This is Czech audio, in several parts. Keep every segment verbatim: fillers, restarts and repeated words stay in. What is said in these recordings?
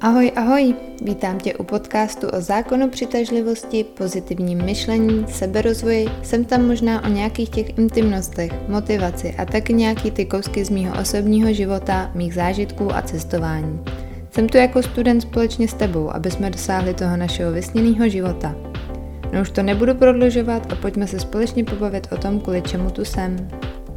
Ahoj, ahoj! Vítám tě u podcastu o zákonu přitažlivosti, pozitivním myšlení, seberozvoji, jsem tam možná o nějakých těch intimnostech, motivaci a taky nějaký ty kousky z mýho osobního života, mých zážitků a cestování. Jsem tu jako student společně s tebou, aby jsme dosáhli toho našeho vysněného života. No už to nebudu prodlužovat a pojďme se společně pobavit o tom, kvůli čemu tu jsem.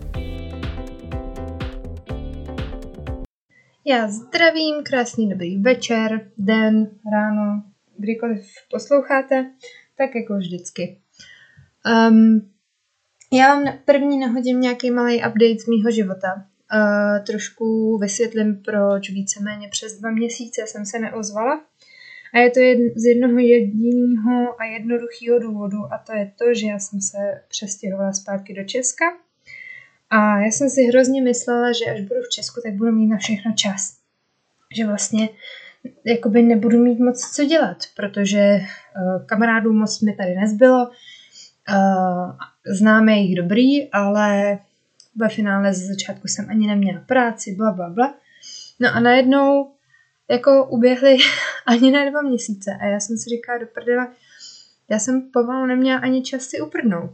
Já zdravím, krásný dobrý večer, den, ráno, kdykoliv posloucháte, tak jako vždycky. Um, já vám první nahodím nějaký malý update z mýho života. Uh, trošku vysvětlím, proč víceméně přes dva měsíce jsem se neozvala. A je to jed, z jednoho jediného a jednoduchého důvodu, a to je to, že já jsem se přestěhovala zpátky do Česka. A já jsem si hrozně myslela, že až budu v Česku, tak budu mít na všechno čas. Že vlastně jakoby nebudu mít moc co dělat, protože uh, kamarádů moc mi tady nezbylo. Uh, známe jich dobrý, ale ve finále ze začátku jsem ani neměla práci, bla, bla, bla. No a najednou jako uběhly ani na dva měsíce a já jsem si říkala do prdele, já jsem pomalu neměla ani čas si uprdnout.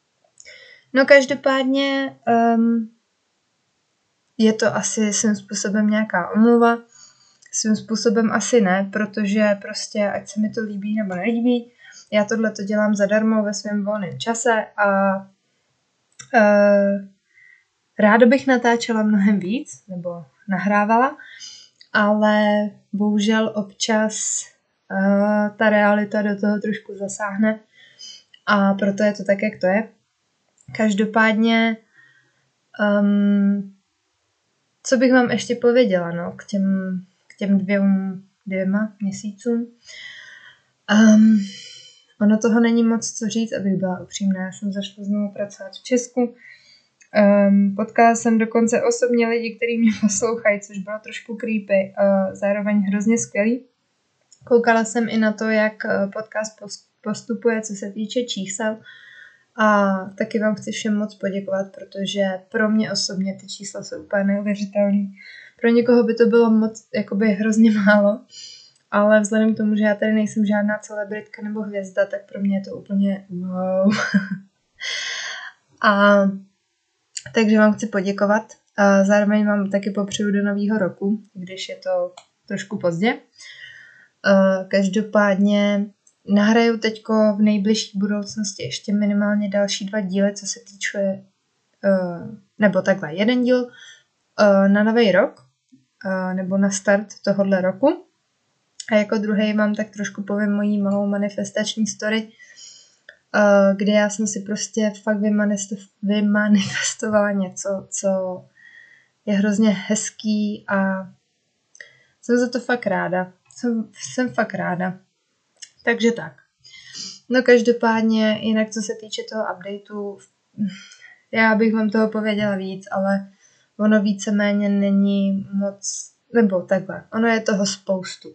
No každopádně um, je to asi svým způsobem nějaká omluva, svým způsobem asi ne, protože prostě ať se mi to líbí nebo nelíbí, já tohle to dělám zadarmo ve svém volném čase a uh, ráda bych natáčela mnohem víc, nebo nahrávala, ale bohužel občas uh, ta realita do toho trošku zasáhne a proto je to tak, jak to je. Každopádně, um, co bych vám ještě pověděla, no, k těm, k těm dvěm, dvěma měsícům. Um, ono toho není moc co říct, abych byla upřímná. Já jsem zašla znovu pracovat v Česku. Um, potkala jsem dokonce osobně lidi, kteří mě poslouchají, což bylo trošku creepy, uh, zároveň hrozně skvělý. Koukala jsem i na to, jak podcast postupuje, co se týče čísel. A taky vám chci všem moc poděkovat, protože pro mě osobně ty čísla jsou úplně neuvěřitelné. Pro někoho by to bylo moc, jakoby hrozně málo, ale vzhledem k tomu, že já tady nejsem žádná celebritka nebo hvězda, tak pro mě je to úplně wow. A takže vám chci poděkovat. A zároveň vám taky popřeju do nového roku, když je to trošku pozdě. A každopádně nahraju teďko v nejbližší budoucnosti ještě minimálně další dva díly, co se týče, uh, nebo takhle, jeden díl uh, na nový rok, uh, nebo na start tohohle roku. A jako druhý vám tak trošku povím mojí malou manifestační story, uh, kde já jsem si prostě fakt vymanifestovala něco, co je hrozně hezký a jsem za to fakt ráda. Jsem, jsem fakt ráda. Takže tak. No každopádně, jinak co se týče toho updateu, já bych vám toho pověděla víc, ale ono víceméně není moc, nebo takhle, ono je toho spoustu.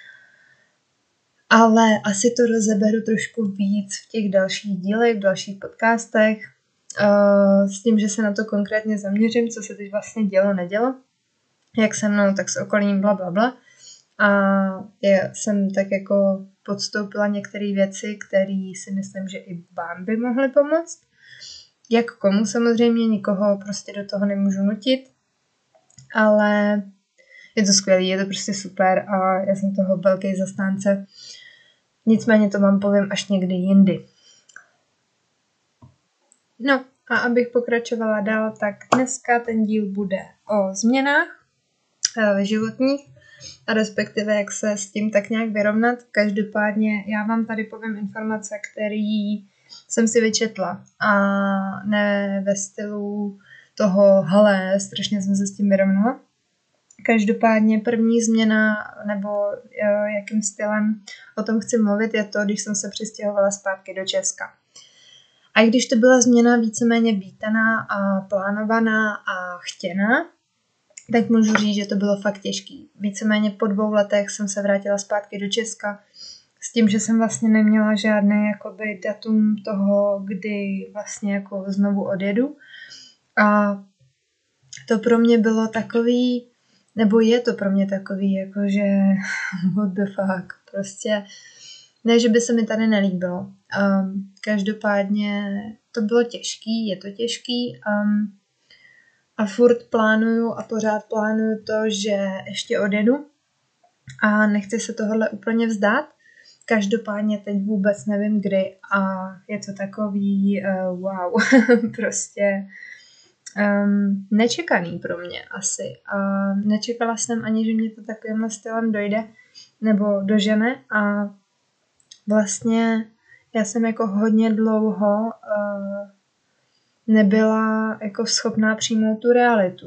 Ale asi to rozeberu trošku víc v těch dalších dílech, v dalších podcastech, uh, s tím, že se na to konkrétně zaměřím, co se teď vlastně dělo, nedělo, jak se mnou, tak s okolím, bla, bla, bla. A já jsem tak jako podstoupila některé věci, které si myslím, že i vám by mohly pomoct. Jak komu samozřejmě, nikoho prostě do toho nemůžu nutit, ale je to skvělý, je to prostě super a já jsem toho velký zastánce. Nicméně to vám povím až někdy jindy. No a abych pokračovala dál, tak dneska ten díl bude o změnách životních, a respektive jak se s tím tak nějak vyrovnat. Každopádně já vám tady povím informace, které jsem si vyčetla a ne ve stylu toho, hele, strašně jsem se s tím vyrovnala. Každopádně první změna, nebo jo, jakým stylem o tom chci mluvit, je to, když jsem se přistěhovala zpátky do Česka. A i když to byla změna víceméně vítaná a plánovaná a chtěná, tak můžu říct, že to bylo fakt těžký. Víceméně po dvou letech jsem se vrátila zpátky do Česka s tím, že jsem vlastně neměla žádné jakoby datum toho, kdy vlastně jako znovu odjedu. A to pro mě bylo takový nebo je to pro mě takový, jakože what the fuck, prostě ne, že by se mi tady nelíbilo. Um, každopádně to bylo těžký, je to těžký um, a furt plánuju a pořád plánuju to, že ještě odjedu a nechci se tohle úplně vzdát. Každopádně teď vůbec nevím kdy a je to takový uh, wow, prostě um, nečekaný pro mě asi. A nečekala jsem ani, že mě to takovýmhle stylem dojde nebo dožene a vlastně já jsem jako hodně dlouho uh, nebyla jako schopná přijmout tu realitu.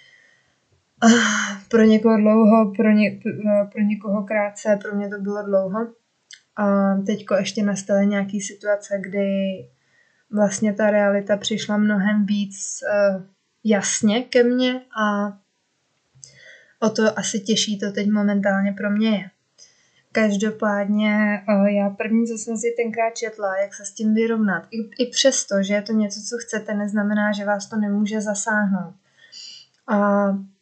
Uh, pro někoho dlouho, pro, ně, uh, pro někoho krátce, pro mě to bylo dlouho. A teďko ještě nastaly nějaký situace, kdy vlastně ta realita přišla mnohem víc uh, jasně ke mně a o to asi těžší to teď momentálně pro mě je. Každopádně uh, já první, co jsem si tenkrát četla, jak se s tím vyrovnat. I, i přesto, že je to něco, co chcete, neznamená, že vás to nemůže zasáhnout. A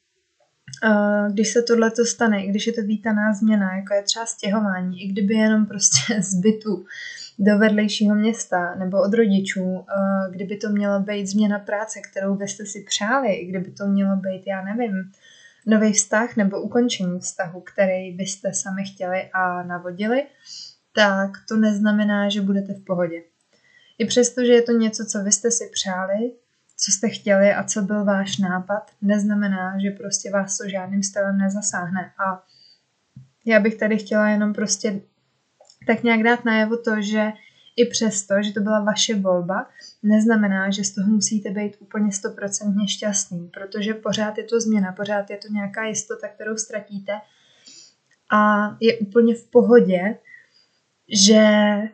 Uh, když se tohleto stane, i když je to vítaná změna, jako je třeba stěhování, i kdyby jenom prostě z bytu do vedlejšího města nebo od rodičů, uh, kdyby to mělo být změna práce, kterou vy jste si přáli, i kdyby to mělo být, já nevím, nový vztah nebo ukončení vztahu, který byste sami chtěli a navodili, tak to neznamená, že budete v pohodě. I přesto, že je to něco, co vy jste si přáli, co jste chtěli a co byl váš nápad, neznamená, že prostě vás to žádným stylem nezasáhne. A já bych tady chtěla jenom prostě tak nějak dát najevo to, že i přesto, že to byla vaše volba, neznamená, že z toho musíte být úplně stoprocentně šťastný, protože pořád je to změna, pořád je to nějaká jistota, kterou ztratíte a je úplně v pohodě, že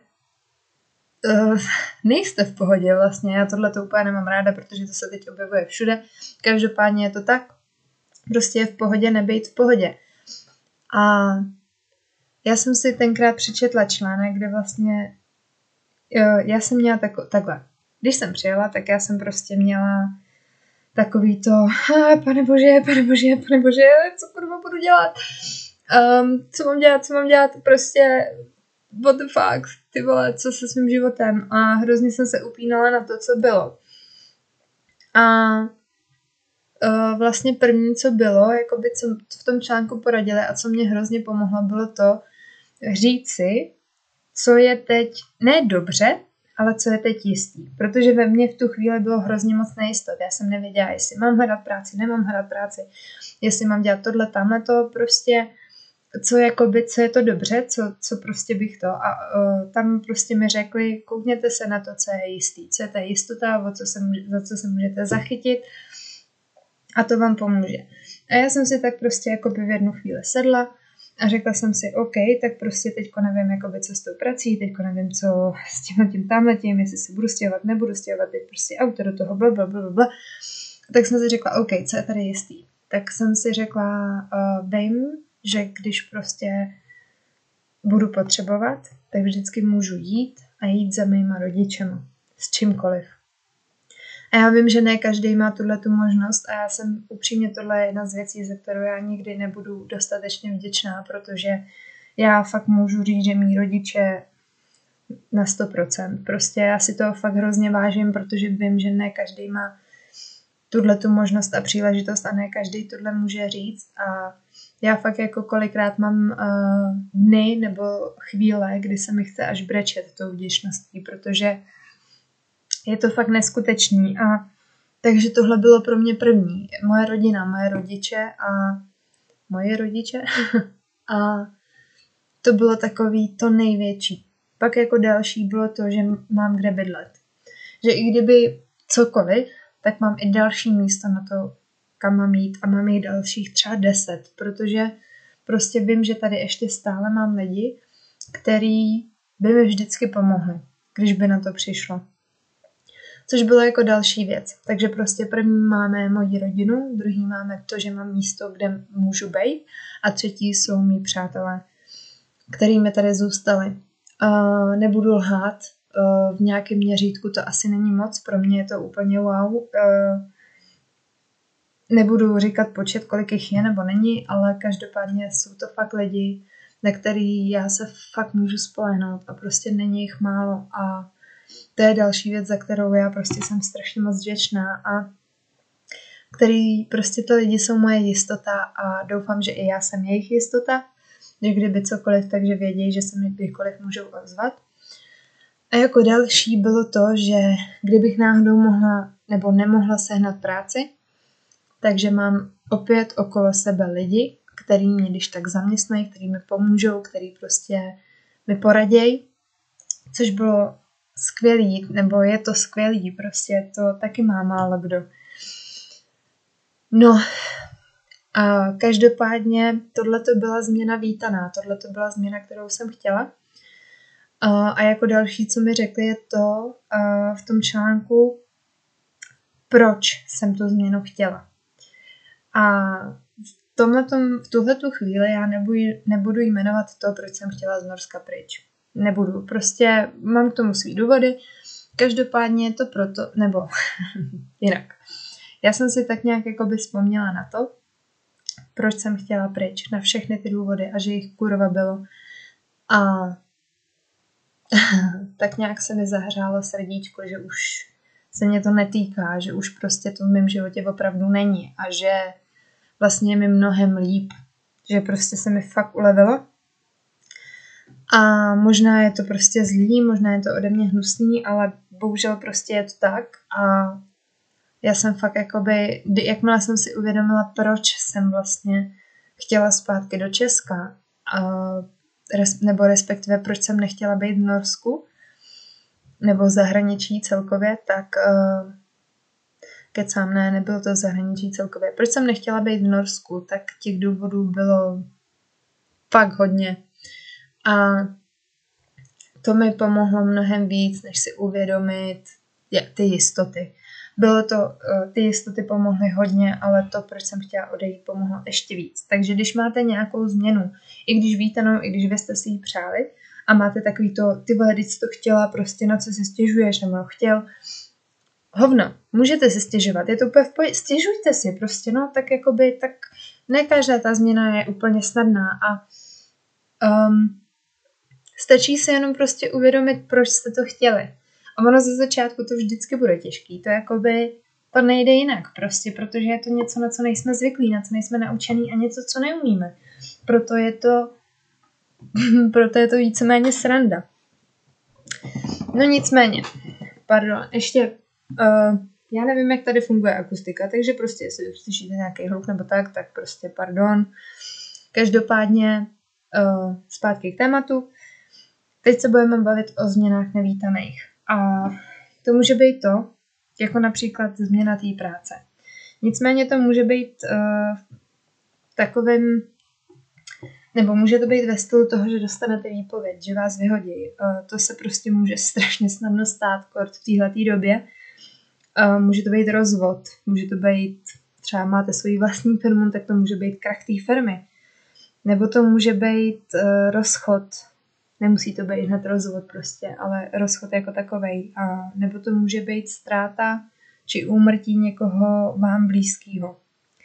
Uh, nejste v pohodě vlastně, já tohle to úplně nemám ráda, protože to se teď objevuje všude, každopádně je to tak, prostě je v pohodě nebejt v pohodě. A já jsem si tenkrát přečetla článek, kde vlastně, uh, já jsem měla tako, takhle, když jsem přijela, tak já jsem prostě měla takový to, ah, pane bože, pane bože, pane bože, co kurva budu dělat, um, co mám dělat, co mám dělat, prostě what the fuck, ty vole, co se svým životem a hrozně jsem se upínala na to, co bylo. A uh, vlastně první, co bylo, jakoby co v tom článku poradili a co mě hrozně pomohlo, bylo to říci, co je teď ne dobře, ale co je teď jistý. Protože ve mně v tu chvíli bylo hrozně moc nejistot. Já jsem nevěděla, jestli mám hledat práci, nemám hledat práci, jestli mám dělat tohle, tamhle to, prostě co, jakoby, co je to dobře, co, co prostě bych to. A uh, tam prostě mi řekli, koukněte se na to, co je jistý, co je ta jistota, o co se může, za co se můžete zachytit a to vám pomůže. A já jsem si tak prostě jakoby v jednu chvíli sedla a řekla jsem si, OK, tak prostě teďko nevím, jakoby, co s tou prací, teďko nevím, co s tím tím tamhletím, jestli se budu stěhovat, nebudu stěhovat, teď prostě auto do toho, blablabla. Bla. Tak jsem si řekla, OK, co je tady jistý. Tak jsem si řekla, uh, vím, že když prostě budu potřebovat, tak vždycky můžu jít a jít za mýma rodičema. S čímkoliv. A já vím, že ne každý má tuhletu možnost a já jsem upřímně, tohle je jedna z věcí, za kterou já nikdy nebudu dostatečně vděčná, protože já fakt můžu říct, že mý rodiče na sto procent. Prostě já si toho fakt hrozně vážím, protože vím, že ne každý má tuhletu možnost a příležitost a ne každý tohle může říct a já fakt jako kolikrát mám uh, dny nebo chvíle, kdy se mi chce až brečet tou vděčností, protože je to fakt neskutečný a takže tohle bylo pro mě první. Moje rodina, moje rodiče a moje rodiče a to bylo takový to největší. Pak jako další bylo to, že mám kde bydlet. Že i kdyby cokoliv, tak mám i další místo na to, kam mám jít a mám jich dalších třeba deset, protože prostě vím, že tady ještě stále mám lidi, který by mi vždycky pomohli, když by na to přišlo. Což bylo jako další věc. Takže prostě první máme moji rodinu, druhý máme to, že mám místo, kde můžu být a třetí jsou mý přátelé, který mi tady zůstali. Uh, nebudu lhát, uh, v nějakém měřítku to asi není moc, pro mě je to úplně wow. Uh, nebudu říkat počet, kolik jich je nebo není, ale každopádně jsou to fakt lidi, na který já se fakt můžu spolehnout a prostě není jich málo a to je další věc, za kterou já prostě jsem strašně moc vděčná a který prostě to lidi jsou moje jistota a doufám, že i já jsem jejich jistota, že kdyby cokoliv, takže vědějí, že se mi kdykoliv můžou ozvat. A jako další bylo to, že kdybych náhodou mohla nebo nemohla sehnat práci, takže mám opět okolo sebe lidi, který mě když tak zaměstnají, který mi pomůžou, který prostě mi poradějí, což bylo skvělý, nebo je to skvělý, prostě to taky má málo kdo. No a každopádně tohle to byla změna vítaná, tohle to byla změna, kterou jsem chtěla. A, a jako další, co mi řekli, je to a v tom článku, proč jsem tu změnu chtěla. A v, tomhletom, v tuhletu chvíli já nebudu, nebudu jmenovat to, proč jsem chtěla z Norska pryč. Nebudu, prostě mám k tomu svý důvody. Každopádně je to proto, nebo jinak. Já jsem si tak nějak jakoby vzpomněla na to, proč jsem chtěla pryč, na všechny ty důvody a že jich kurva bylo. A tak nějak se mi zahřálo srdíčko, že už se mě to netýká, že už prostě to v mém životě opravdu není a že vlastně je mi mnohem líp, že prostě se mi fakt ulevilo. A možná je to prostě zlý, možná je to ode mě hnusný, ale bohužel prostě je to tak a já jsem fakt jakoby, jakmile jsem si uvědomila, proč jsem vlastně chtěla zpátky do Česka, a, nebo respektive proč jsem nechtěla být v Norsku, nebo v zahraničí celkově, tak uh, kecám, ne, nebylo to v zahraničí celkově. Proč jsem nechtěla být v Norsku, tak těch důvodů bylo fakt hodně. A to mi pomohlo mnohem víc, než si uvědomit ty jistoty. Bylo to, ty jistoty pomohly hodně, ale to, proč jsem chtěla odejít, pomohlo ještě víc. Takže když máte nějakou změnu, i když vítanou, i když vy jste si ji přáli a máte takový to, ty vole, když jsi to chtěla, prostě na co si stěžuješ, nebo chtěl, hovno, můžete si stěžovat, je to úplně v pohodě, stěžujte si prostě, no, tak jakoby, tak ne každá ta změna je úplně snadná a um, stačí se jenom prostě uvědomit, proč jste to chtěli. A ono ze začátku to vždycky bude těžký. To jakoby, to nejde jinak prostě, protože je to něco, na co nejsme zvyklí, na co nejsme naučený a něco, co neumíme. Proto je to, proto je to víceméně sranda. No nicméně, pardon, ještě, uh, já nevím, jak tady funguje akustika, takže prostě, jestli slyšíte nějaký hluk nebo tak, tak prostě pardon. Každopádně, uh, zpátky k tématu. Teď se budeme bavit o změnách nevítaných. A to může být to, jako například změna té práce. Nicméně to může být uh, takovým, nebo může to být ve stylu toho, že dostanete výpověď, že vás vyhodí. Uh, to se prostě může strašně snadno stát kort v téhleté době. Uh, může to být rozvod, může to být, třeba máte svoji vlastní firmu, tak to může být krach té firmy. Nebo to může být uh, rozchod. Nemusí to být hned rozvod prostě, ale rozchod jako takovej. A nebo to může být ztráta či úmrtí někoho vám blízkého.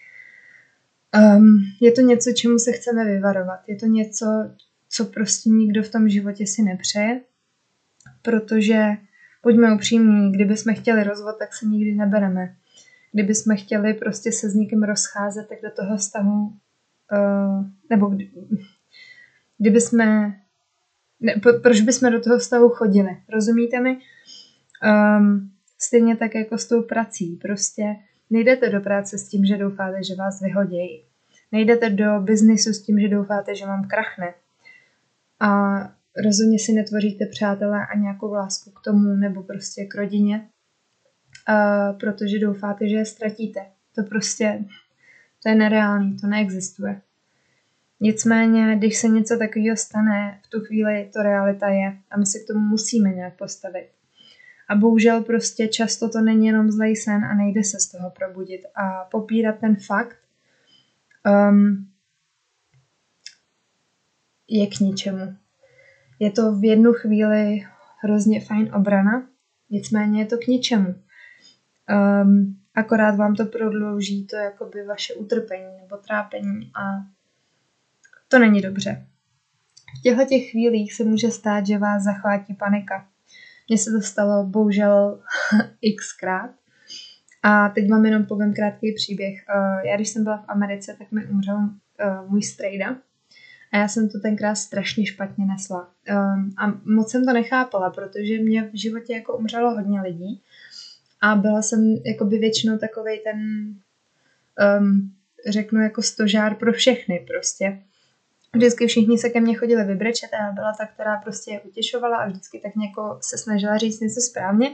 Um, je to něco, čemu se chceme vyvarovat. Je to něco, co prostě nikdo v tom životě si nepřeje, protože, buďme upřímní, kdyby jsme chtěli rozvod, tak se nikdy nebereme. Kdyby jsme chtěli prostě se s někým rozcházet, tak do toho vztahu, uh, nebo kdy, kdyby jsme Ne, proč bychom do toho vztahu chodili? Rozumíte mi? Um, stejně tak jako s tou prací. Prostě nejdete do práce s tím, že doufáte, že vás vyhodějí. Nejdete do biznisu s tím, že doufáte, že vám krachne. A rozhodně si netvoříte přátelé a nějakou lásku k tomu nebo prostě k rodině, uh, protože doufáte, že je ztratíte. To prostě, to je nereálný, to neexistuje. Nicméně, když se něco takového stane, v tu chvíli to realita je a my se k tomu musíme nějak postavit. A bohužel prostě často to není jenom zlej sen a nejde se z toho probudit a popírat ten fakt um, je k ničemu. Je to v jednu chvíli hrozně fajn obrana, nicméně je to k ničemu. Um, akorát vám to prodlouží to jakoby vaše utrpení nebo trápení a to není dobře. V těchto těch chvílích se může stát, že vás zachvátí panika. Mně se to stalo bohužel xkrát. A teď vám jenom povím krátký příběh. Já když jsem byla v Americe, tak mi umřel můj strejda. A já jsem to tenkrát strašně špatně nesla. A moc jsem to nechápala, protože mě v životě jako umřelo hodně lidí. A byla jsem jakoby většinou takovej ten, um, řeknu jako stožár pro všechny prostě. Vždycky všichni se ke mně chodili vybrečet a já byla ta, která prostě je utěšovala a vždycky tak nějako se snažila říct něco správně.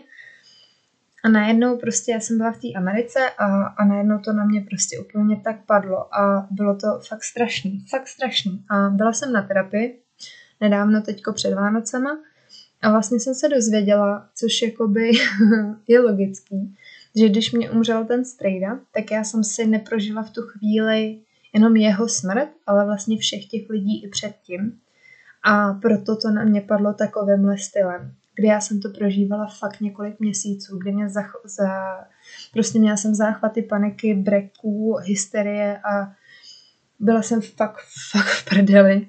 A najednou prostě já jsem byla v té Americe a, a najednou to na mě prostě úplně tak padlo a bylo to fakt strašný, fakt strašný. A byla jsem na terapii nedávno teďko před Vánocema a vlastně jsem se dozvěděla, což jakoby je logický, že když mě umřel ten strejda, tak já jsem si neprožila v tu chvíli jenom jeho smrt, ale vlastně všech těch lidí i předtím. A proto to na mě padlo takovýmhle stylem, kdy já jsem to prožívala fakt několik měsíců, kdy mě za, za prostě měla jsem záchvaty paniky, breků, hysterie a byla jsem fakt, fakt v prdeli.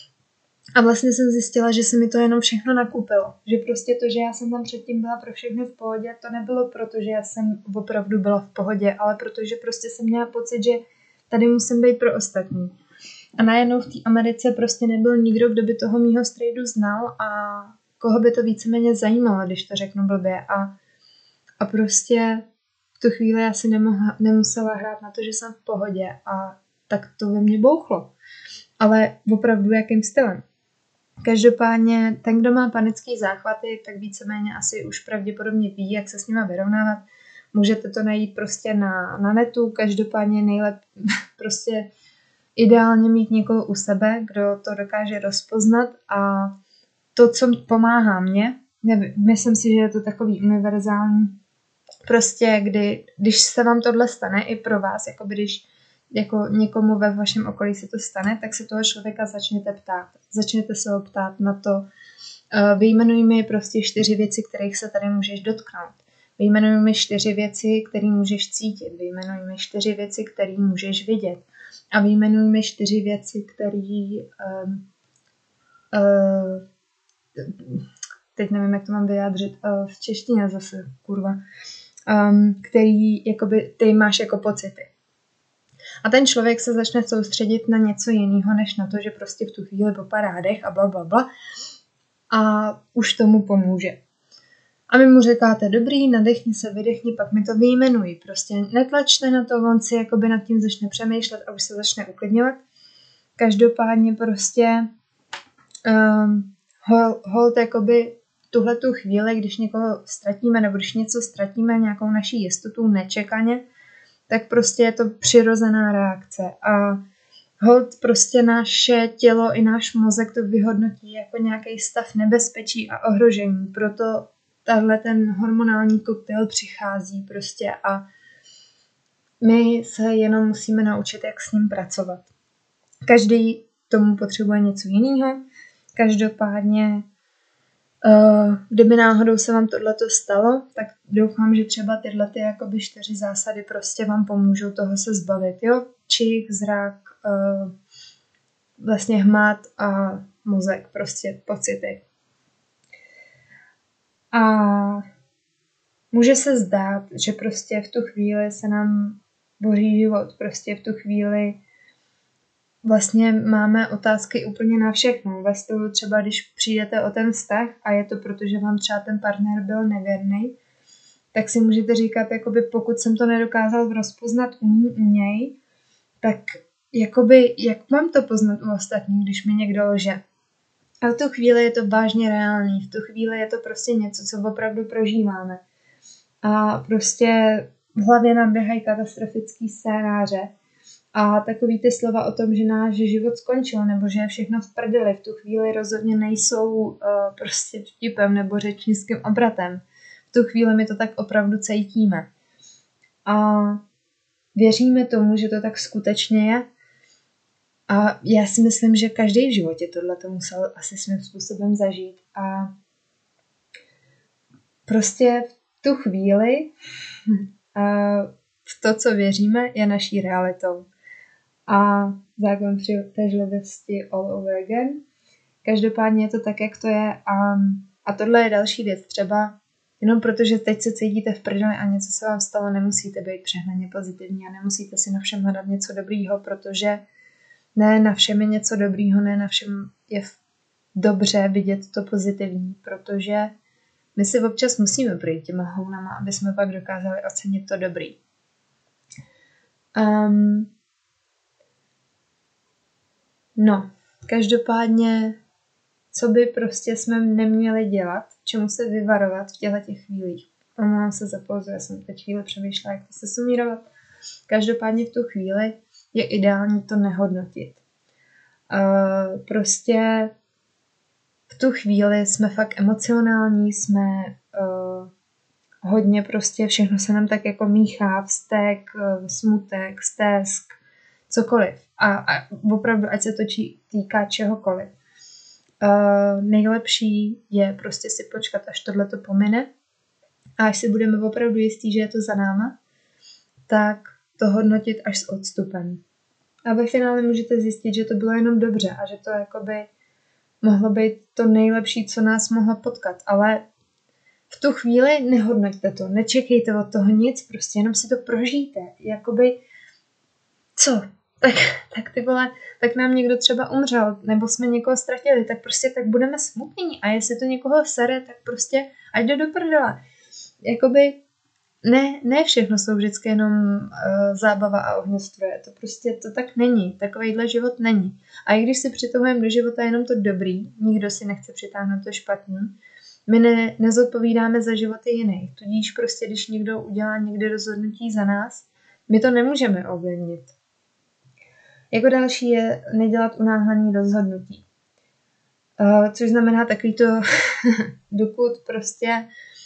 A vlastně jsem zjistila, že se mi to jenom všechno nakupilo. Že prostě to, že já jsem tam předtím byla pro všechny v pohodě, to nebylo proto, že já jsem opravdu byla v pohodě, ale protože prostě jsem měla pocit, že tady musím být pro ostatní. A najednou v té Americe prostě nebyl nikdo, kdo by toho mýho strejdu znal a koho by to víceméně zajímalo, když to řeknu blbě. A, a prostě v tu chvíli já si nemohla, nemusela hrát na to, že jsem v pohodě a tak to ve mně bouchlo. Ale opravdu jakým stylem. Každopádně ten, kdo má panický záchvaty, tak víceméně asi už pravděpodobně ví, jak se s nima vyrovnávat. Můžete to najít prostě na, na netu, každopádně nejlep prostě ideálně mít někoho u sebe, kdo to dokáže rozpoznat a to, co pomáhá mně, nevím, myslím si, že je to takový univerzální, prostě kdy, když se vám tohle stane i pro vás, jako když jako někomu ve vašem okolí se to stane, tak se toho člověka začněte ptát. Začněte se ho ptát na to, uh, vyjmenuj mi prostě čtyři věci, kterých se tady můžeš dotknout. Vyjmenuj mi čtyři věci, které můžeš cítit. Vyjmenuj mi čtyři věci, které můžeš vidět. A vyjmenuj mi čtyři věci, které... Um, uh, teď nevím, jak to mám vyjádřit uh, v češtině zase, kurva. Um, který jakoby, ty máš jako pocity. A ten člověk se začne soustředit na něco jiného, než na to, že prostě v tu chvíli popadá dech a bla, bla, bla. A už tomu pomůže. A vy mu říkáte, dobrý, nadechni se, vydechni, pak mi to vyjmenuj. Prostě netlačte na to, on si jakoby nad tím začne přemýšlet a už se začne uklidňovat. Každopádně prostě um, hold, hold jakoby tuhletu chvíli, když někoho ztratíme nebo když něco ztratíme, nějakou naší jistotu nečekaně, tak prostě je to přirozená reakce. A hold prostě naše tělo i náš mozek to vyhodnotí jako nějaký stav nebezpečí a ohrožení. Proto tahle ten hormonální koktejl přichází prostě a my se jenom musíme naučit, jak s ním pracovat. Každý tomu potřebuje něco jiného. Každopádně, uh, kdyby náhodou se vám tohleto stalo, tak doufám, že třeba tyhle ty jakoby čtyři zásady prostě vám pomůžou toho se zbavit. Jo? Čich, zrak, uh, vlastně hmat a mozek, prostě pocity. A může se zdát, že prostě v tu chvíli se nám boří život, prostě v tu chvíli vlastně máme otázky úplně na všechno. Ve stylu třeba, když přijdete o ten vztah a je to proto, že vám třeba ten partner byl nevěrný, tak si můžete říkat, jakoby pokud jsem to nedokázal rozpoznat u, u něj, tak jakoby, jak mám to poznat u ostatních, když mi někdo lže? A v tu chvíli je to vážně reálný, v tu chvíli je to prostě něco, co opravdu prožíváme. A prostě v hlavě nám běhají katastrofický scénáře a takový ty slova o tom, že náš život skončil nebo že je všechno v prdeli, v tu chvíli rozhodně nejsou uh, prostě vtipem nebo řečnickým obratem. V tu chvíli my to tak opravdu cítíme. A věříme tomu, že to tak skutečně je. A já si myslím, že každý v životě tohle to musel asi svým způsobem zažít. A prostě v tu chvíli uh, v to, co věříme, je naší realitou. A zákon přitažlivosti all over again. Každopádně je to tak, jak to je. A, a tohle je další věc. Třeba jenom protože teď se cítíte v prdeli a něco se vám stalo, nemusíte být přehnaně pozitivní a nemusíte si na všem hledat něco dobrýho, protože ne na všem je něco dobrýho, ne na všem je dobře vidět to pozitivní, protože my si občas musíme projít těma hounama, aby jsme pak dokázali ocenit to dobrý. Um, no, každopádně, co by prostě jsme neměli dělat, čemu se vyvarovat v těchto chvílích. Omlouvám se za pauzu, já jsem teď chvíli přemýšlela, jak to se sumírovat. Každopádně v tu chvíli je ideální to nehodnotit. Uh, prostě v tu chvíli jsme fakt emocionální, jsme uh, hodně prostě, všechno se nám tak jako míchá, vztek, uh, smutek, stesk, cokoliv. A, a opravdu, ať se to či, týká čehokoliv. Uh, nejlepší je prostě si počkat, až tohle to pomine a až si budeme opravdu jistí, že je to za náma, tak to hodnotit až s odstupem. A ve finále můžete zjistit, že to bylo jenom dobře a že to jakoby mohlo být to nejlepší, co nás mohlo potkat. Ale v tu chvíli nehodnoťte to, nečekejte od toho nic, prostě jenom si to prožijte. Jakoby, co? Tak, tak ty vole, tak nám někdo třeba umřel, nebo jsme někoho ztratili, tak prostě tak budeme smutní. A jestli to někoho sere, tak prostě ať jde do prdele. Jakoby ne, ne všechno jsou vždycky jenom uh, zábava a ohňostroje. To prostě to tak není. Takovejhle život není. A i když si přitahujeme do života jenom to dobrý, nikdo si nechce přitáhnout to špatný, my ne, nezodpovídáme za životy jiných. Tudíž prostě, když někdo udělá někde rozhodnutí za nás, my to nemůžeme ovlivnit. Jako další je nedělat unáhlený rozhodnutí. Uh, což znamená takový to, dokud prostě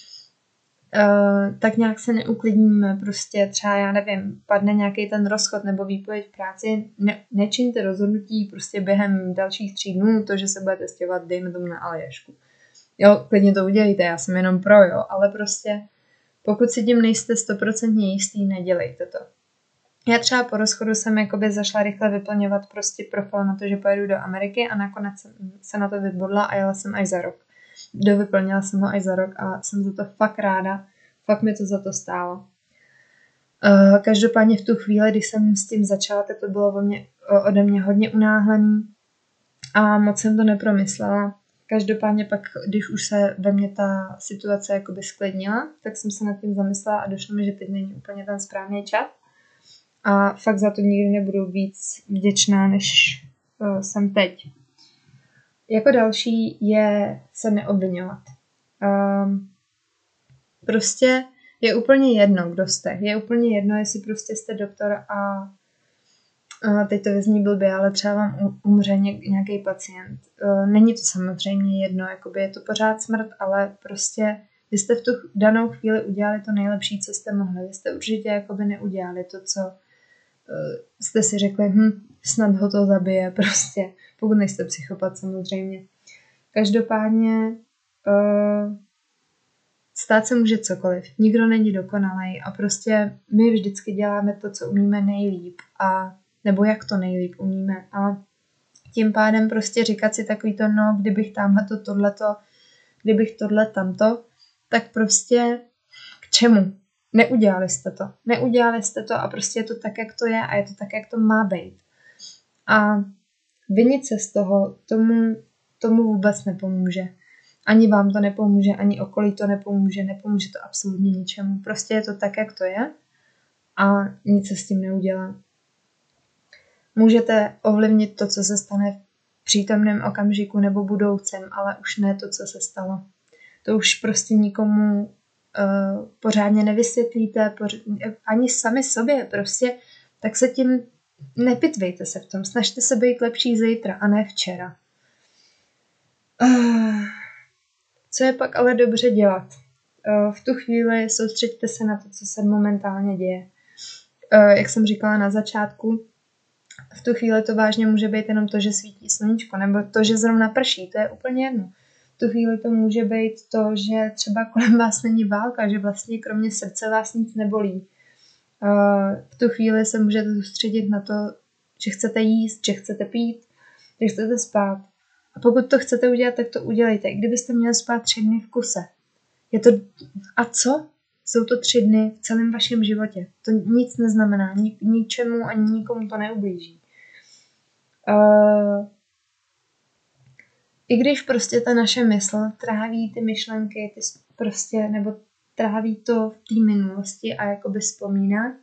Uh, tak nějak se neuklidníme, prostě třeba, já nevím, padne nějaký ten rozchod nebo výpověď v práci, ne, nečiňte rozhodnutí prostě během dalších tří dnů, to, že se budete stěhovat, dejme tomu na Aljašku. Jo, klidně to udělejte, já jsem jenom pro, jo, ale prostě pokud si tím nejste stoprocentně jistý, nedělejte to. Já třeba po rozchodu jsem jakoby zašla rychle vyplňovat prostě profil na to, že pojedu do Ameriky a nakonec jsem se na to vybodla a jela jsem až za rok. Dovyplnila jsem ho až za rok a jsem za to fakt ráda. Fakt mi to za to stálo. Uh, každopádně v tu chvíli, když jsem s tím začala, tak to bylo mě, ode mě hodně unáhlený a moc jsem to nepromyslela. Každopádně pak, když už se ve mně ta situace jakoby sklidnila, tak jsem se nad tím zamyslela a došlo mi, že teď není úplně ten správný čas. A fakt za to nikdy nebudu víc vděčná, než uh, jsem teď. Jako další je se neobviňovat. Um, prostě je úplně jedno, kdo jste. Je úplně jedno, jestli prostě jste doktor a, a teď to vyzní blbě, ale třeba vám umře nějaký pacient. Uh, není to samozřejmě jedno, jakoby je to pořád smrt, ale prostě vy jste v tu danou chvíli udělali to nejlepší, co jste mohli. Vy jste určitě jakoby neudělali to, co uh, jste si řekli, hm, snad ho to zabije, prostě. Pokud nejste psychopat, samozřejmě. Každopádně uh, stát se může cokoliv. Nikdo není dokonalý a prostě my vždycky děláme to, co umíme nejlíp a nebo jak to nejlíp umíme a tím pádem prostě říkat si takový to, no, kdybych tamhleto, tohleto, kdybych tohle, tamto, tak prostě k čemu? Neudělali jste to. Neudělali jste to a prostě je to tak, jak to je a je to tak, jak to má být. A vinit se z toho, tomu, tomu vůbec nepomůže. Ani vám to nepomůže, ani okolí to nepomůže, nepomůže to absolutně ničemu. Prostě je to tak, jak to je a nic se s tím neudělá. Můžete ovlivnit to, co se stane v přítomném okamžiku nebo budoucím, ale už ne to, co se stalo. To už prostě nikomu uh, pořádně nevysvětlíte, poř- ani sami sobě prostě, tak se tím nepitvejte se v tom. Snažte se být lepší zítra a ne včera. Uh, co je pak ale dobře dělat? Uh, v tu chvíli soustřeďte se na to, co se momentálně děje. Uh, jak jsem říkala na začátku, v tu chvíli to vážně může být jenom to, že svítí sluníčko, nebo to, že zrovna prší, to je úplně jedno. V tu chvíli to může být to, že třeba kolem vás není válka, že vlastně kromě srdce vás nic nebolí. V tu chvíli se můžete soustředit na to, že chcete jíst, že chcete pít, že chcete spát. A pokud to chcete udělat, tak to udělejte. I kdybyste měli spát tři dny v kuse. Je to... A co? Jsou to tři dny v celém vašem životě. To nic neznamená. Nik, ničemu ani nikomu to neublíží. Uh, I když prostě ta naše mysl tráví ty myšlenky, ty prostě, nebo tráví to v té minulosti a jakoby vzpomíná,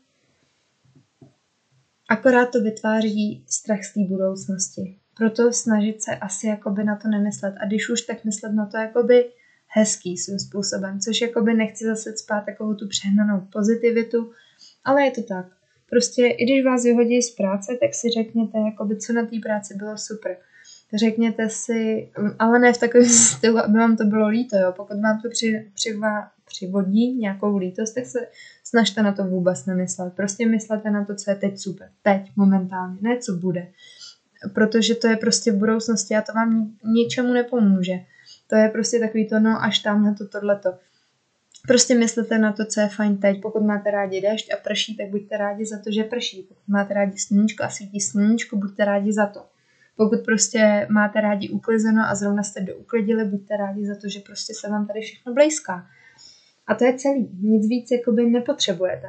akorát to vytváří strach z té budoucnosti. Proto snažit se asi jakoby na to nemyslet. A když už, tak myslet na to jakoby hezký svým způsobem, což jakoby nechci zase spát takovou tu přehnanou pozitivitu, ale je to tak. Prostě i když vás vyhodí z práce, tak si řekněte, jakoby, co na té práci bylo super. Řekněte si, ale ne v takovém stylu, aby vám to bylo líto, jo. Pokud vám to při, přivá, přivodí nějakou lítost, tak se snažte na to vůbec nemyslet. Prostě myslete na to, co je teď super. Teď, momentálně, ne co bude. Protože to je prostě v budoucnosti a to vám ničemu nepomůže. To je prostě takový to, no až tamhle to, tohleto. Prostě myslete na to, co je fajn teď. Pokud máte rádi déšť a prší, tak buďte rádi za to, že prší. Pokud máte rádi sluníčko a svítí sluníčko, buďte rádi za to. Pokud prostě máte rádi uklizeno a zrovna jste douklidili, buďte rádi za to, že prostě se vám tady všechno blejská. A to je celý. Nic víc jakoby nepotřebujete.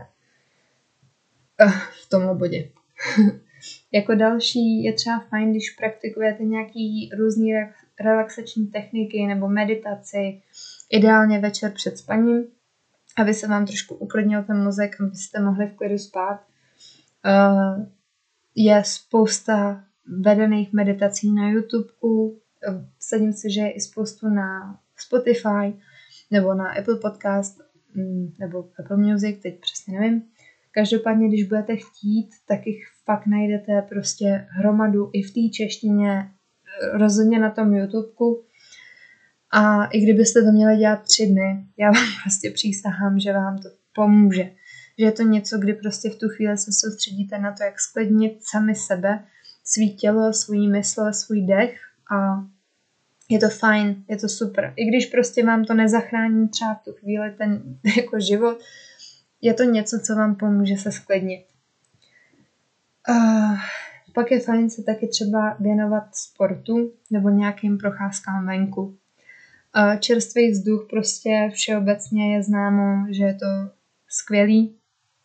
Uh, v tomhle bodě. Jako další je třeba fajn, když praktikujete nějaký různý relaxační techniky nebo meditaci, ideálně večer před spaním, aby se vám trošku uklidnil ten mozek, abyste mohli v klidu spát. Uh, je spousta vedených meditací na YouTubeku, vsadím si, že je i spoustu na Spotify nebo na Apple Podcast nebo Apple Music, teď přesně nevím. Každopádně, když budete chtít, tak jich fakt najdete prostě hromadu i v té češtině, rozhodně na tom YouTubeku. A i kdybyste to měli dělat tři dny, já vám prostě přísahám, že vám to pomůže. Že je to něco, kdy prostě v tu chvíli se soustředíte na to, jak sklidnit sami sebe, svý tělo, svůj mysl, svůj dech a je to fajn, je to super. I když prostě vám to nezachrání třeba v tu chvíli ten jako život, je to něco, co vám pomůže se sklidnit. Uh, pak je fajn se taky třeba věnovat sportu nebo nějakým procházkám venku. Uh, čerstvý vzduch prostě všeobecně je známo, že je to skvělý.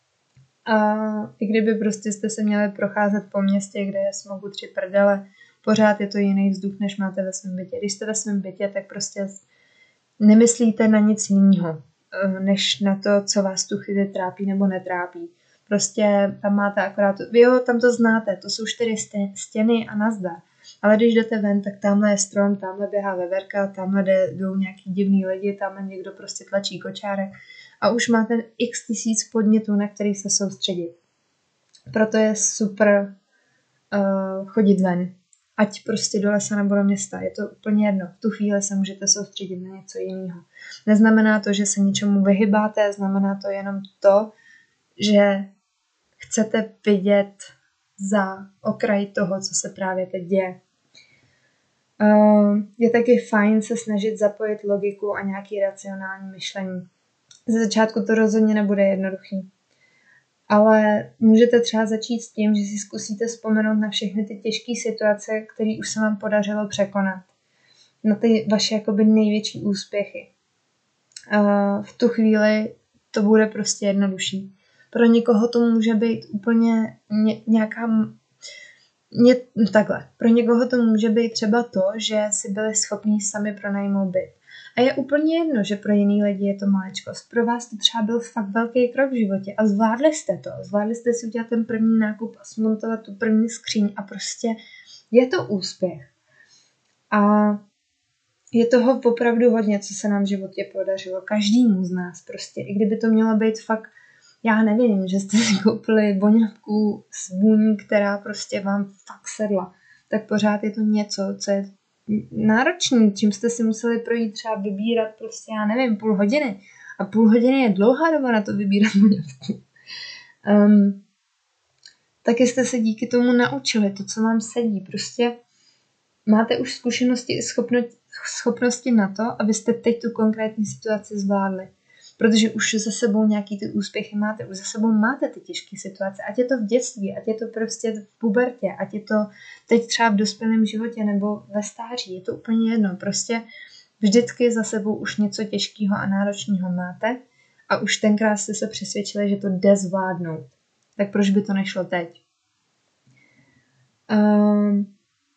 A i kdyby prostě jste se měli procházet po městě, kde je smogu tři prdele, pořád je to jiný vzduch, než máte ve svém bytě. Když jste ve svém bytě, tak prostě nemyslíte na nic jiného, než na to, co vás tu chvíli trápí nebo netrápí. Prostě tam máte akorát, vy jo, tam to znáte, to jsou čtyři stěny a nazdar. Ale když jdete ven, tak tamhle je strom, tamhle běhá veverka, tamhle jdou nějaký divný lidi, tamhle někdo prostě tlačí kočárek a už máte x tisíc podnětů, na který se soustředit. Proto je super uh, chodit ven. Ať prostě do lesa nebo do města, je to úplně jedno. V tu chvíli se můžete soustředit na něco jiného. Neznamená to, že se ničemu vyhybáte, znamená to jenom to, že chcete vidět za okraj toho, co se právě teď děje. Uh, je taky fajn se snažit zapojit logiku a nějaký racionální myšlení. Ze začátku to rozhodně nebude jednoduchý. Ale můžete třeba začít s tím, že si zkusíte vzpomenout na všechny ty těžké situace, které už se vám podařilo překonat. Na ty vaše jakoby největší úspěchy. Uh, v tu chvíli to bude prostě jednodušší. Pro někoho to může být úplně ně, nějaká... Ně, takhle. Pro někoho to může být třeba to, že si byli schopní sami pronajmout byt. A je úplně jedno, že pro jiný lidi je to maličkost. Pro vás to třeba byl fakt velký krok v životě a zvládli jste to. Zvládli jste si udělat ten první nákup a smontovat tu první skříň a prostě je to úspěch. A je toho opravdu hodně, co se nám v životě podařilo. Každému z nás prostě. I kdyby to mělo být fakt, já nevím, že jste si koupili voňavku s vůní, která prostě vám fakt sedla, tak pořád je to něco, co je náročný, čím jste si museli projít třeba vybírat prostě, já nevím, půl hodiny. A půl hodiny je dlouhá doba na to vybírat voňavku. Um, taky jste se díky tomu naučili to, co vám sedí. Prostě máte už zkušenosti i schopnosti, schopnosti na to, abyste teď tu konkrétní situaci zvládli. protože už za sebou nějaký ty úspěchy máte, už za sebou máte ty těžké situace, ať je to v dětství, ať je to prostě v pubertě, ať je to teď třeba v dospělém životě nebo ve stáří, je to úplně jedno, prostě vždycky za sebou už něco těžkého a náročného máte a už tenkrát jste se přesvědčili, že to jde zvládnout. Tak proč by to nešlo teď? Um,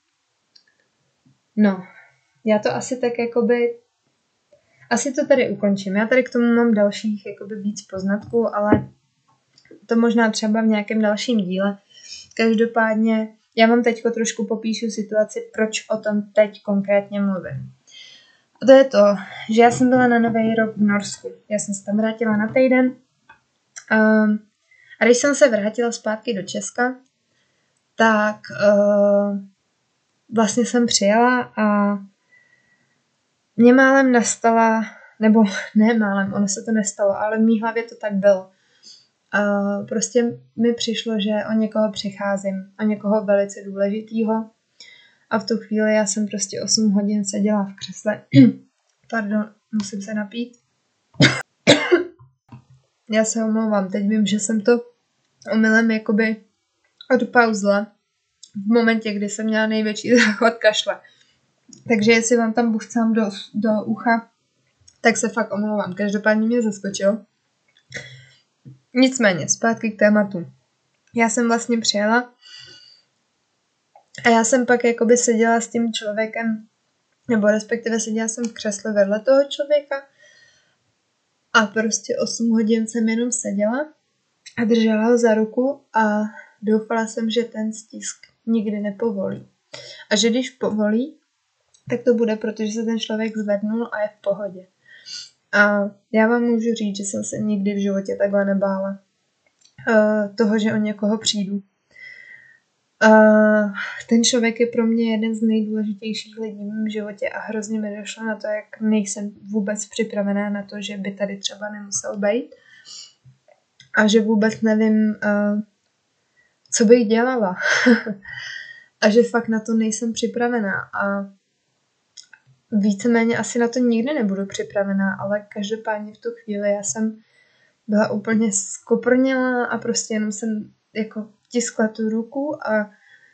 no, já to asi tak jakoby, asi to tady ukončím. Já tady k tomu mám dalších jakoby víc poznatků, ale to možná třeba v nějakém dalším díle. Každopádně já vám teďko trošku popíšu situaci, proč o tom teď konkrétně mluvím. A to je to, že já jsem byla na Nový rok v Norsku. Já jsem se tam vrátila na týden. Um, a když jsem se vrátila zpátky do Česka, tak uh, vlastně jsem přijela a mě málem nastala, nebo ne málem, ono se to nestalo, ale v mý hlavě to tak bylo. Uh, prostě mi přišlo, že o někoho přicházím, o někoho velice důležitýho. A v tu chvíli já jsem prostě osm hodin seděla v křesle. Pardon, musím se napít. Já se omlouvám, teď vím, že jsem to omylem jakoby odpauzla v momentě, kdy jsem měla největší záchvat kašle. Takže jestli vám tam buchcám do, do ucha, tak se fakt omlouvám. Každopádně mě zaskočil. Nicméně, zpátky k tématu. Já jsem vlastně přijela a já jsem pak jakoby seděla s tím člověkem, nebo respektive seděla jsem v křesle vedle toho člověka a prostě osm hodin jsem jenom seděla a držela ho za ruku a doufala jsem, že ten stisk nikdy nepovolí. A že když povolí, tak to bude, protože se ten člověk zvednul a je v pohodě. A já vám můžu říct, že jsem se nikdy v životě takhle nebála. Uh, toho, že o někoho přijdu. Uh, ten člověk je pro mě jeden z nejdůležitějších lidí v mém životě a hrozně mi došlo na to, jak nejsem vůbec připravená na to, že by tady třeba nemusel být. A že vůbec nevím, uh, co bych dělala. A že fakt na to nejsem připravená. A víceméně asi na to nikdy nebudu připravená, ale každopádně v tu chvíli já jsem byla úplně skoprnělá a prostě jenom jsem jako tiskla tu ruku a,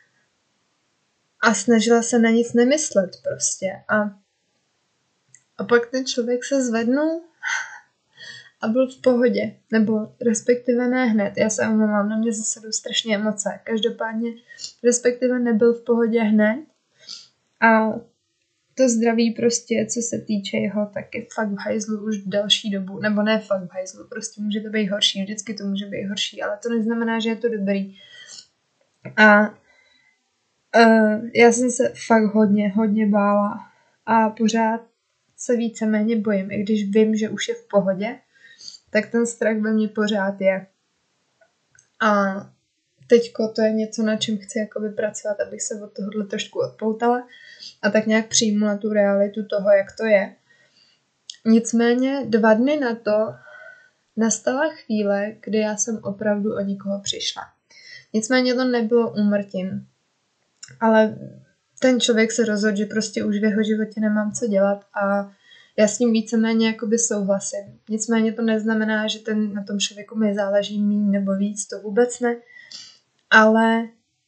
a snažila se na nic nemyslet prostě. A, a pak ten člověk se zvednul a byl v pohodě. Nebo respektive ne hned. Já se omlouvám, na mě zase jdou strašně emoce. Každopádně respektive nebyl v pohodě hned. A to zdraví prostě, co se týče jeho, tak je fakt v hajzlu už další dobu. Nebo ne fakt v hajzlu, prostě může to být horší. Vždycky to může být horší, ale to neznamená, že je to dobrý. A uh, já jsem se fakt hodně, hodně bála. A pořád se víceméně bojím. I když vím, že už je v pohodě, tak ten strach ve mně pořád je. A teďko to je něco, na čem chci jakoby pracovat, abych se od tohohle trošku odpoutala a tak nějak přijmula tu realitu toho, jak to je. Nicméně dva dny na to nastala chvíle, kdy já jsem opravdu o někoho přišla. Nicméně to nebylo úmrtím, ale ten člověk se rozhodl, že prostě už v jeho životě nemám co dělat a já s ním víceméně jakoby souhlasím. Nicméně to neznamená, že ten, na tom člověku mi záleží míň nebo víc, to vůbec ne. Ale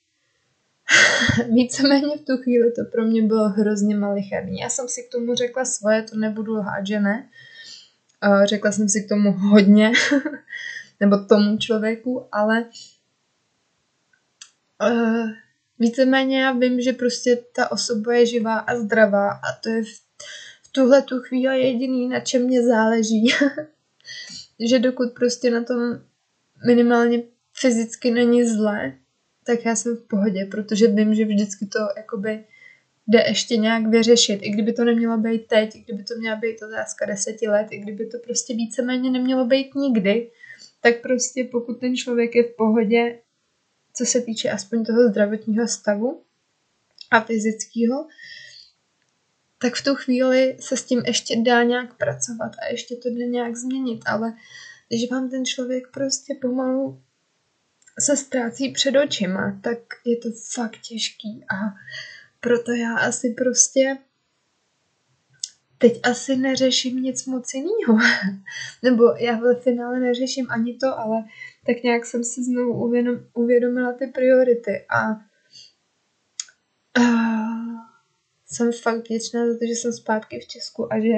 víceméně v tu chvíli to pro mě bylo hrozně malicherný. Já jsem si k tomu řekla svoje, to nebudu lhát, že ne. Řekla jsem si k tomu hodně, nebo tomu člověku, ale uh, víceméně já vím, že prostě ta osoba je živá a zdravá a to je v, v tuhle tu chvíli jediný, na čem mě záleží. Že dokud prostě na tom minimálně fyzicky není zlé, tak já jsem v pohodě, protože vím, že vždycky to jakoby jde ještě nějak vyřešit. I kdyby to nemělo být teď, i kdyby to měla být otázka deseti let, i kdyby to prostě víceméně nemělo být nikdy, tak prostě pokud ten člověk je v pohodě, co se týče aspoň toho zdravotního stavu a fyzického, tak v tu chvíli se s tím ještě dá nějak pracovat a ještě to jde nějak změnit, ale když vám ten člověk prostě pomalu se ztrácí před očima, tak je to fakt těžký a proto já asi prostě teď asi neřeším nic moc jinýho. Nebo já ve finále neřeším ani to, ale tak nějak jsem si znovu uvědom, uvědomila ty priority a, a jsem fakt vděčná za to, že jsem zpátky v Česku a že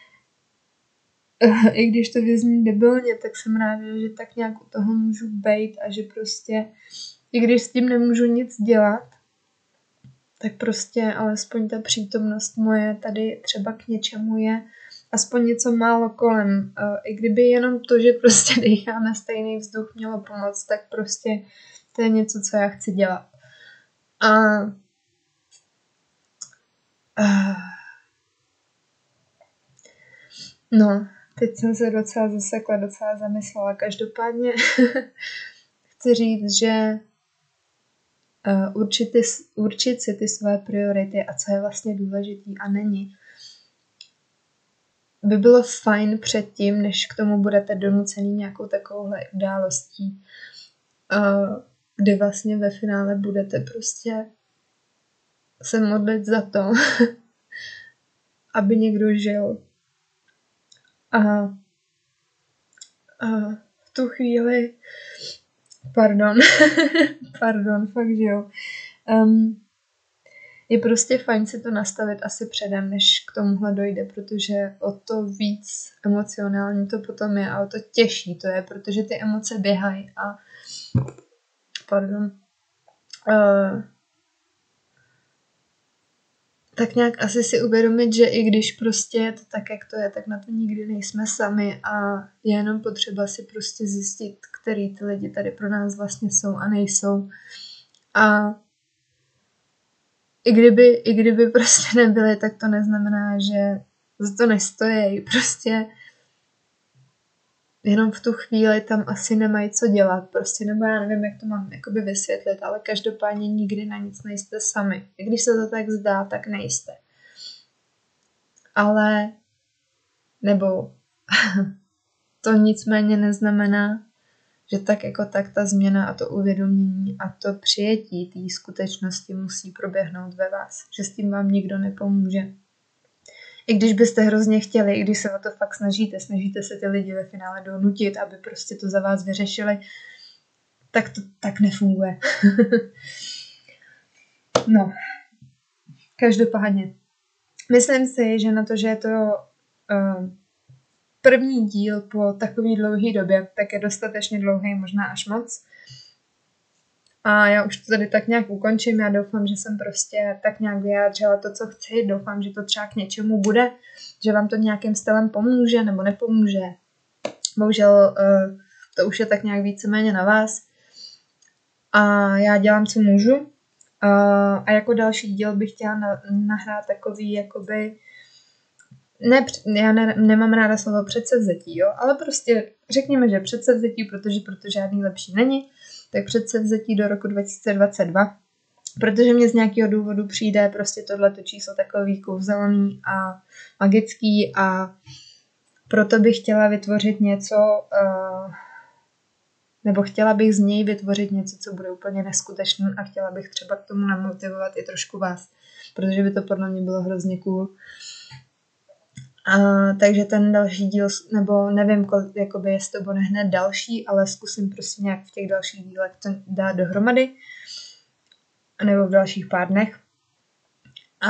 i když to vyzní debilně, tak jsem ráda, že tak nějak u toho můžu bejt a že prostě, i když s tím nemůžu nic dělat, tak prostě alespoň ta přítomnost moje tady třeba k něčemu je aspoň něco málo kolem. I kdyby jenom to, že prostě decháme stejný vzduch, mělo pomoct, tak prostě to je něco, co já chci dělat. A no, teď jsem se docela zasekla, docela zamyslela. Každopádně chci říct, že uh, určit, ty, určit si ty své priority a co je vlastně důležitý a není, by bylo fajn předtím, než k tomu budete donucený nějakou takovouhle událostí, uh, kdy vlastně ve finále budete prostě se modlit za to, aby někdo žil. A, a v tu chvíli, pardon, pardon, fakt, že jo, um, je prostě fajn si to nastavit asi předem, než k tomuhle dojde, protože o to víc emocionální to potom je a o to těžší to je, protože ty emoce běhají a pardon, uh, tak nějak asi si uvědomit, že i když prostě je to tak, jak to je, tak na to nikdy nejsme sami a je jenom potřeba si prostě zjistit, který ty lidi tady pro nás vlastně jsou a nejsou. A i kdyby, i kdyby prostě nebyli, tak to neznamená, že za to nestojí. Prostě jenom v tu chvíli tam asi nemají co dělat. Prostě nebo já nevím, jak to mám jakoby vysvětlit, ale každopádně nikdy na nic nejste sami. I když se to tak zdá, tak nejste. Ale nebo to nicméně neznamená, že tak jako tak ta změna a to uvědomění a to přijetí té skutečnosti musí proběhnout ve vás. Že s tím vám nikdo nepomůže. I když byste hrozně chtěli, i když se o to fakt snažíte, snažíte se ty lidi ve finále donutit, aby prostě to za vás vyřešili, tak to tak nefunguje. No, každopádně. Myslím si, že na to, že je to uh, první díl po takový dlouhý době, tak je dostatečně dlouhý, možná až moc. A já už to tady tak nějak ukončím. Já doufám, že jsem prostě tak nějak vyjádřila to, co chci. Doufám, že to třeba k něčemu bude, že vám to nějakým stylem pomůže nebo nepomůže. Bohužel uh, to už je tak nějak víceméně na vás. A já dělám, co můžu. Uh, a jako další díl bych chtěla na, nahrát takový, jakoby... Ne, já ne, nemám ráda slovo předsevzetí, jo, ale prostě řekněme, že předsevzetí, protože proto žádný lepší není, tak předsevzetí do roku dva tisíce dvacet dva, protože mě z nějakého důvodu přijde prostě tohleto číslo takový kouzelný a magický a proto bych chtěla vytvořit něco, uh, nebo chtěla bych z něj vytvořit něco, co bude úplně neskutečné a chtěla bych třeba k tomu namotivovat i trošku vás, protože by to podle mě bylo hrozně cool. A, takže ten další díl, nebo nevím, kolik, jakoby, jestli to bude hned další, ale zkusím prostě nějak v těch dalších dílech to dát dohromady, nebo v dalších pár dnech. A,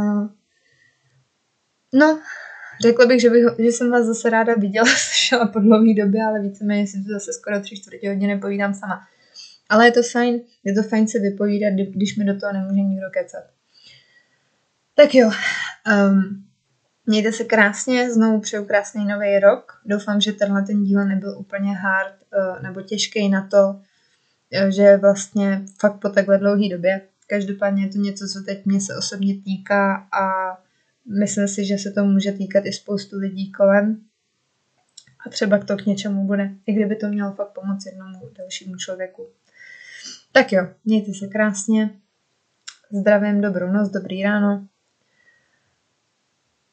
no, řekla bych, že, bych, že jsem vás zase ráda viděla, slyšela po dlouhé době, ale víceméně si to zase skoro tři čtvrtě hodiny povídám sama. Ale je to fajn, je to fajn se vypovídat, když mi do toho nemůže nikdo kecat. Tak jo, um, mějte se krásně, znovu přeju krásný nový rok. Doufám, že tenhle ten díl nebyl úplně hard nebo těžký na to, že vlastně fakt po takhle dlouhé době. Každopádně je to něco, co teď mě se osobně týká a myslím si, že se to může týkat i spoustu lidí kolem. A třeba to k něčemu bude, i kdyby to mělo fakt pomoct jednomu dalšímu člověku. Tak jo, mějte se krásně. Zdravím, dobrou noc, dobrý ráno.